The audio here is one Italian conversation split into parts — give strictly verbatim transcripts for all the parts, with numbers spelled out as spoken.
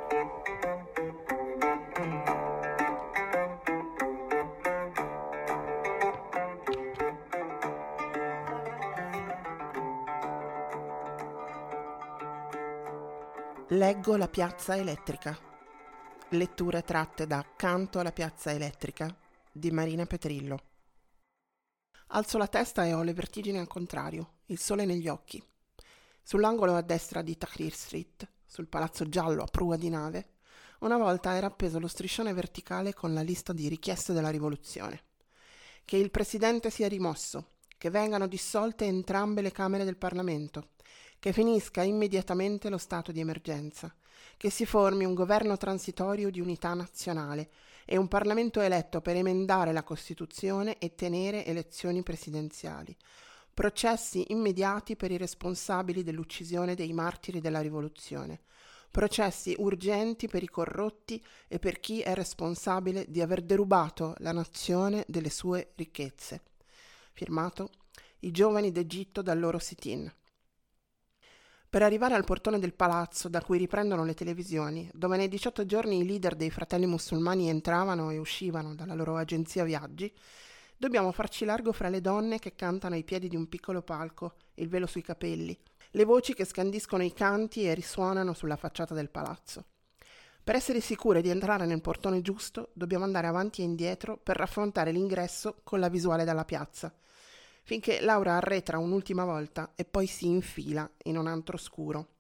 Leggo la piazza elettrica. Letture tratte da Canto alla piazza elettrica di Marina Petrillo. Alzo la testa e ho le vertigini al contrario, il sole negli occhi. Sull'angolo a destra di Tahrir Street, sul palazzo giallo a prua di nave, una volta era appeso lo striscione verticale con la lista di richieste della rivoluzione. Che il presidente sia rimosso, che vengano dissolte entrambe le Camere del Parlamento, che finisca immediatamente lo stato di emergenza, che si formi un governo transitorio di unità nazionale e un Parlamento eletto per emendare la Costituzione e tenere elezioni presidenziali, processi immediati per i responsabili dell'uccisione dei martiri della rivoluzione, processi urgenti per i corrotti e per chi è responsabile di aver derubato la nazione delle sue ricchezze. Firmato i giovani d'Egitto dal loro sit-in. Per arrivare al portone del palazzo da cui riprendono le televisioni, dove nei diciotto giorni i leader dei fratelli musulmani entravano e uscivano dalla loro agenzia viaggi, dobbiamo farci largo fra le donne che cantano ai piedi di un piccolo palco, il velo sui capelli, le voci che scandiscono i canti e risuonano sulla facciata del palazzo. Per essere sicure di entrare nel portone giusto, dobbiamo andare avanti e indietro per raffrontare l'ingresso con la visuale dalla piazza, finché Laura arretra un'ultima volta e poi si infila in un antro scuro.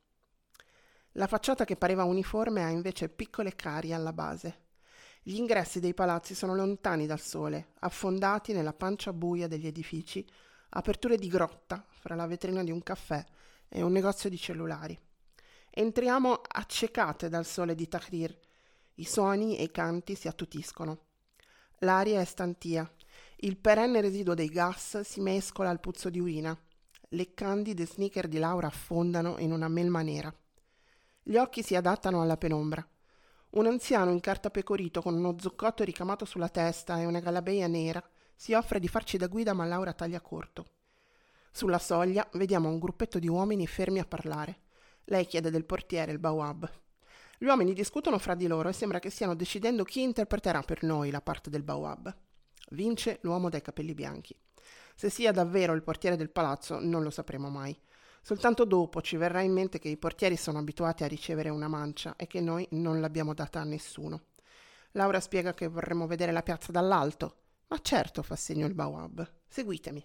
La facciata che pareva uniforme ha invece piccole carie alla base. Gli ingressi dei palazzi sono lontani dal sole, affondati nella pancia buia degli edifici, aperture di grotta fra la vetrina di un caffè e un negozio di cellulari. Entriamo accecate dal sole di Tahrir. I suoni e i canti si attutiscono. L'aria è stantia. Il perenne residuo dei gas si mescola al puzzo di urina. Le candide sneaker di Laura affondano in una melma nera. Gli occhi si adattano alla penombra. Un anziano in carta pecorito con uno zuccotto ricamato sulla testa e una galabeia nera si offre di farci da guida, ma Laura taglia corto. Sulla soglia vediamo un gruppetto di uomini fermi a parlare. Lei chiede del portiere il bawab. Gli uomini discutono fra di loro e sembra che stiano decidendo chi interpreterà per noi la parte del bawab. Vince l'uomo dai capelli bianchi. Se sia davvero il portiere del palazzo non lo sapremo mai. Soltanto dopo ci verrà in mente che i portieri sono abituati a ricevere una mancia e che noi non l'abbiamo data a nessuno. Laura spiega che vorremmo vedere la piazza dall'alto. Ma certo, fa segno il bawab. Seguitemi.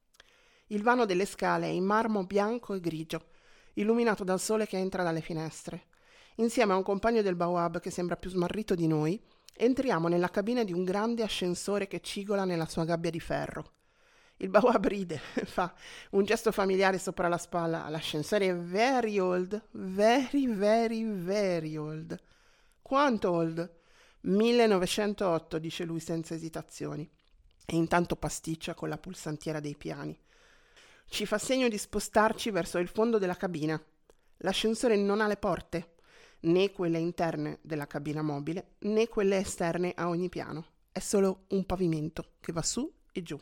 Il vano delle scale è in marmo bianco e grigio, illuminato dal sole che entra dalle finestre. Insieme a un compagno del bawab che sembra più smarrito di noi, entriamo nella cabina di un grande ascensore che cigola nella sua gabbia di ferro. Il bawab ride, fa un gesto familiare sopra la spalla. L'ascensore è very old, very, very, very old. Quanto old? millenovecentotto, dice lui senza esitazioni. E intanto pasticcia con la pulsantiera dei piani. Ci fa segno di spostarci verso il fondo della cabina. L'ascensore non ha le porte, né quelle interne della cabina mobile, né quelle esterne a ogni piano. È solo un pavimento che va su e giù.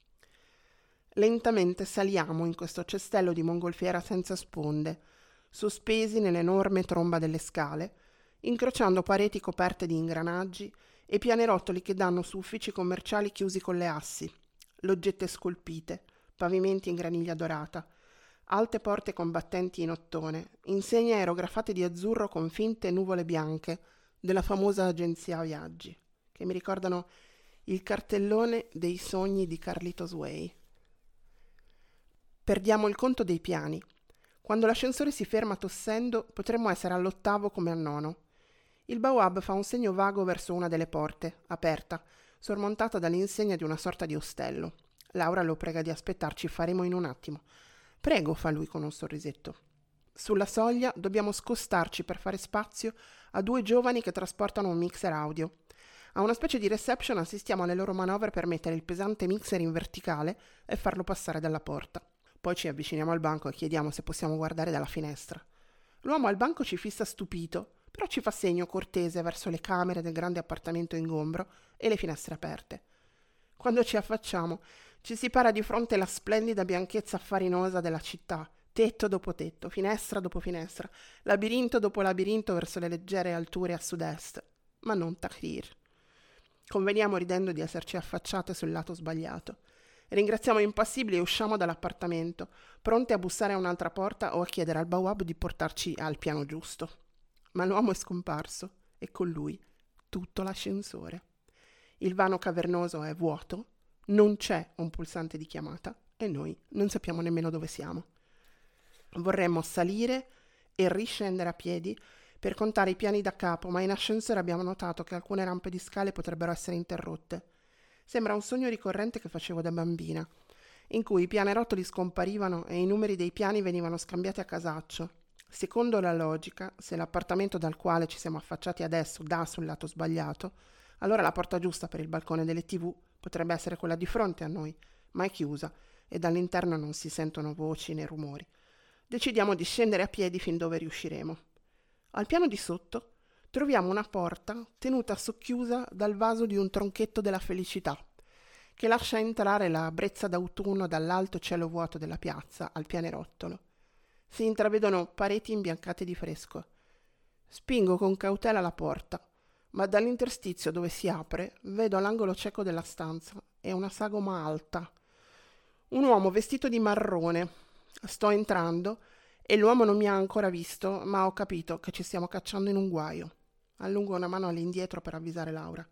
Lentamente saliamo in questo cestello di mongolfiera senza sponde, sospesi nell'enorme tromba delle scale, incrociando pareti coperte di ingranaggi e pianerottoli che danno su uffici commerciali chiusi con le assi, loggette scolpite, pavimenti in graniglia dorata, alte porte combattenti in ottone, insegne aerografate di azzurro con finte nuvole bianche della famosa agenzia viaggi, che mi ricordano il cartellone dei sogni di Carlitos Way. Perdiamo il conto dei piani. Quando l'ascensore si ferma tossendo, potremmo essere all'ottavo come al nono. Il bawab fa un segno vago verso una delle porte, aperta, sormontata dall'insegna di una sorta di ostello. Laura lo prega di aspettarci, faremo in un attimo. Prego, fa lui con un sorrisetto. Sulla soglia dobbiamo scostarci per fare spazio a due giovani che trasportano un mixer audio. A una specie di reception assistiamo alle loro manovre per mettere il pesante mixer in verticale e farlo passare dalla porta. Poi ci avviciniamo al banco e chiediamo se possiamo guardare dalla finestra. L'uomo al banco ci fissa stupito, però ci fa segno cortese verso le camere del grande appartamento ingombro e le finestre aperte. Quando ci affacciamo, ci si para di fronte la splendida bianchezza farinosa della città, Tetto dopo tetto, finestra dopo finestra, labirinto dopo labirinto verso le leggere alture a sud-est, ma non Tahrir. Conveniamo ridendo di esserci affacciate sul lato sbagliato. Ringraziamo impassibili e usciamo dall'appartamento, pronte a bussare a un'altra porta o a chiedere al Bawab di portarci al piano giusto. Ma l'uomo è scomparso e con lui tutto l'ascensore. Il vano cavernoso è vuoto, non c'è un pulsante di chiamata e noi non sappiamo nemmeno dove siamo. Vorremmo salire e riscendere a piedi per contare i piani da capo, ma in ascensore abbiamo notato che alcune rampe di scale potrebbero essere interrotte. Sembra un sogno ricorrente che facevo da bambina, in cui i pianerottoli scomparivano e i numeri dei piani venivano scambiati a casaccio. Secondo la logica, se l'appartamento dal quale ci siamo affacciati adesso dà sul lato sbagliato, allora la porta giusta per il balcone delle tivù potrebbe essere quella di fronte a noi, ma è chiusa e dall'interno non si sentono voci né rumori. Decidiamo di scendere a piedi fin dove riusciremo. Al piano di sotto troviamo una porta tenuta socchiusa dal vaso di un tronchetto della felicità, che lascia entrare la brezza d'autunno dall'alto cielo vuoto della piazza al pianerottolo. Si intravedono pareti imbiancate di fresco. Spingo con cautela la porta, ma dall'interstizio dove si apre vedo all'angolo cieco della stanza e una sagoma alta. Un uomo vestito di marrone. Sto entrando e l'uomo non mi ha ancora visto, ma ho capito che ci stiamo cacciando in un guaio. Allungo una mano all'indietro per avvisare Laura.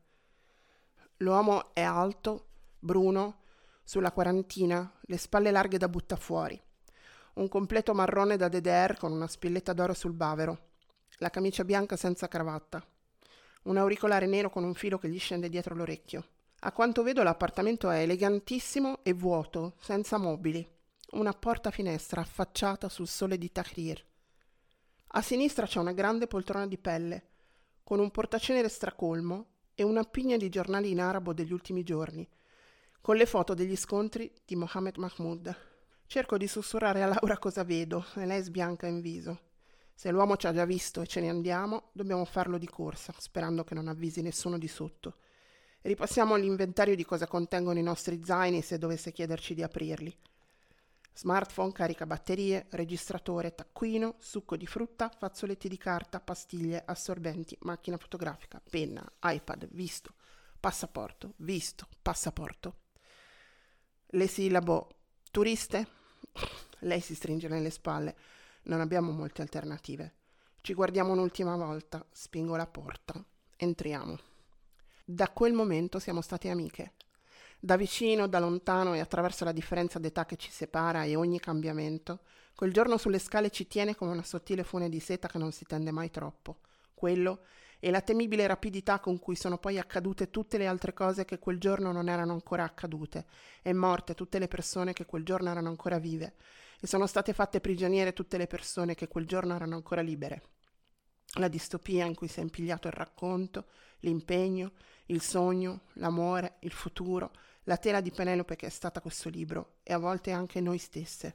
L'uomo è alto, bruno, sulla quarantina, le spalle larghe da buttafuori. Un completo marrone da D D R con una spilletta d'oro sul bavero. La camicia bianca senza cravatta. Un auricolare nero con un filo che gli scende dietro l'orecchio. A quanto vedo l'appartamento è elegantissimo e vuoto, senza mobili. Una porta-finestra affacciata sul sole di Tahrir. A sinistra c'è una grande poltrona di pelle, con un portacenere stracolmo e una pigna di giornali in arabo degli ultimi giorni, con le foto degli scontri di Mohammed Mahmoud. Cerco di sussurrare a Laura cosa vedo e lei sbianca in viso. Se l'uomo ci ha già visto e ce ne andiamo, dobbiamo farlo di corsa, sperando che non avvisi nessuno di sotto. Ripassiamo l'inventario di cosa contengono i nostri zaini se dovesse chiederci di aprirli. Smartphone, caricabatterie, registratore, taccuino, succo di frutta, fazzoletti di carta, pastiglie, assorbenti, macchina fotografica, penna, iPad, visto, passaporto, visto, passaporto. Le sillabo turiste? Lei si stringe nelle spalle. Non abbiamo molte alternative. Ci guardiamo un'ultima volta, spingo la porta, entriamo. Da quel momento siamo state amiche. Da vicino, da lontano e attraverso la differenza d'età che ci separa e ogni cambiamento, quel giorno sulle scale ci tiene come una sottile fune di seta che non si tende mai troppo. Quello e la temibile rapidità con cui sono poi accadute tutte le altre cose che quel giorno non erano ancora accadute, e morte tutte le persone che quel giorno erano ancora vive, e sono state fatte prigioniere tutte le persone che quel giorno erano ancora libere. La distopia in cui si è impigliato il racconto, l'impegno, il sogno, l'amore, il futuro, la tela di Penelope che è stata questo libro, e a volte anche noi stesse.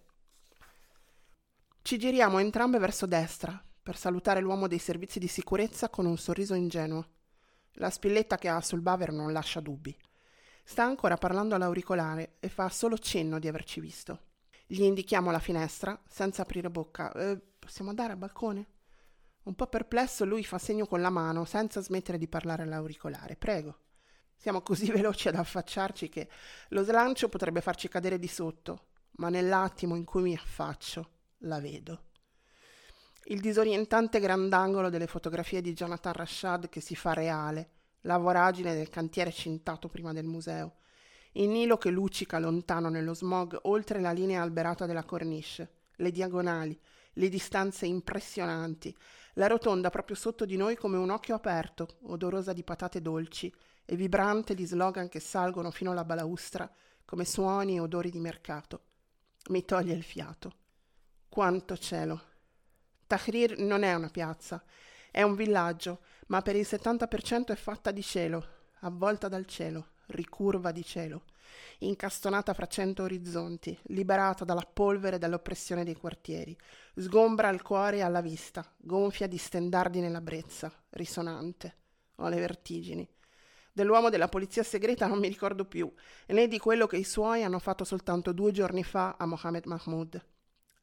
Ci giriamo entrambe verso destra, per salutare l'uomo dei servizi di sicurezza con un sorriso ingenuo. La spilletta che ha sul bavero non lascia dubbi. Sta ancora parlando all'auricolare e fa solo cenno di averci visto. Gli indichiamo la finestra, senza aprire bocca. Eh, possiamo andare al balcone? Un po' perplesso lui fa segno con la mano, senza smettere di parlare all'auricolare. Prego. Siamo così veloci ad affacciarci che lo slancio potrebbe farci cadere di sotto, ma nell'attimo in cui mi affaccio, la vedo. Il disorientante grandangolo delle fotografie di Jonathan Rashad che si fa reale, la voragine del cantiere cintato prima del museo, il Nilo che luccica lontano nello smog oltre la linea alberata della cornice, le diagonali, le distanze impressionanti, la rotonda proprio sotto di noi come un occhio aperto, odorosa di patate dolci e vibrante di slogan che salgono fino alla balaustra come suoni e odori di mercato. Mi toglie il fiato. Quanto cielo! Tahrir non è una piazza, è un villaggio, ma per il settanta per cento è fatta di cielo, avvolta dal cielo, ricurva di cielo, incastonata fra cento orizzonti, liberata dalla polvere e dall'oppressione dei quartieri, sgombra al cuore e alla vista, gonfia di stendardi nella brezza, risonante. Ho le vertigini. Dell'uomo della polizia segreta non mi ricordo più, né di quello che i suoi hanno fatto soltanto due giorni fa a Mohammed Mahmoud.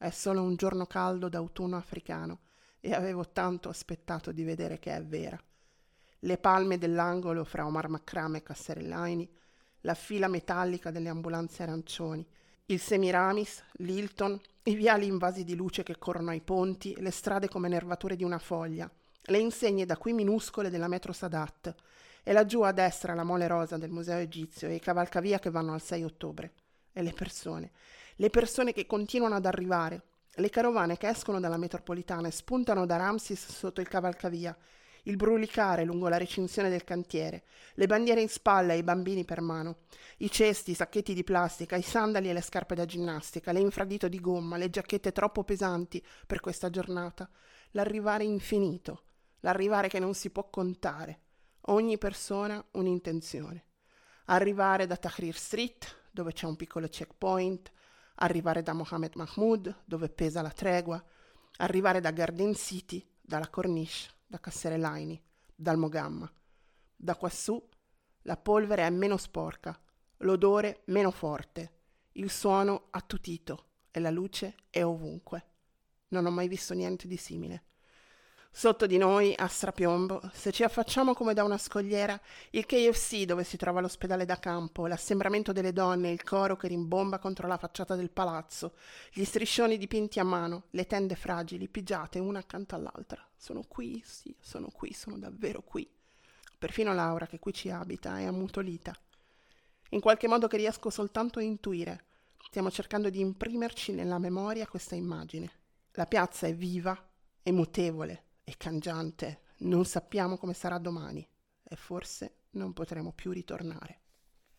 È solo un giorno caldo d'autunno africano e avevo tanto aspettato di vedere che è vera. Le palme dell'angolo fra Omar Makram e Casserellaini, la fila metallica delle ambulanze arancioni, il Semiramis, l'Hilton, i viali invasi di luce che corrono ai ponti, le strade come nervature di una foglia, le insegne da qui minuscole della metro Sadat e laggiù a destra la mole rosa del museo egizio e i cavalcavia che vanno al sei ottobre. E le persone, le persone che continuano ad arrivare, le carovane che escono dalla metropolitana e spuntano da Ramsis sotto il cavalcavia, il brulicare lungo la recinzione del cantiere, le bandiere in spalla e i bambini per mano, i cesti, i sacchetti di plastica, i sandali e le scarpe da ginnastica, le infradito di gomma, le giacchette troppo pesanti per questa giornata, l'arrivare infinito, l'arrivare che non si può contare, ogni persona un'intenzione. Arrivare da Tahrir Street, dove c'è un piccolo checkpoint, arrivare da Mohammed Mahmoud, dove pesa la tregua, arrivare da Garden City, dalla Corniche, da Casserellaini, dal Mogamma. Da quassù la polvere è meno sporca, l'odore meno forte, il suono attutito e la luce è ovunque. Non ho mai visto niente di simile. Sotto di noi, a strapiombo, se ci affacciamo come da una scogliera, il K F C dove si trova l'ospedale da campo, l'assembramento delle donne, il coro che rimbomba contro la facciata del palazzo, gli striscioni dipinti a mano, le tende fragili, pigiate una accanto all'altra. Sono qui, sì, sono qui, sono davvero qui. Perfino Laura, che qui ci abita, è ammutolita. In qualche modo che riesco soltanto a intuire, stiamo cercando di imprimerci nella memoria questa immagine. La piazza è viva, è mutevole, e cangiante, non sappiamo come sarà domani e forse non potremo più ritornare.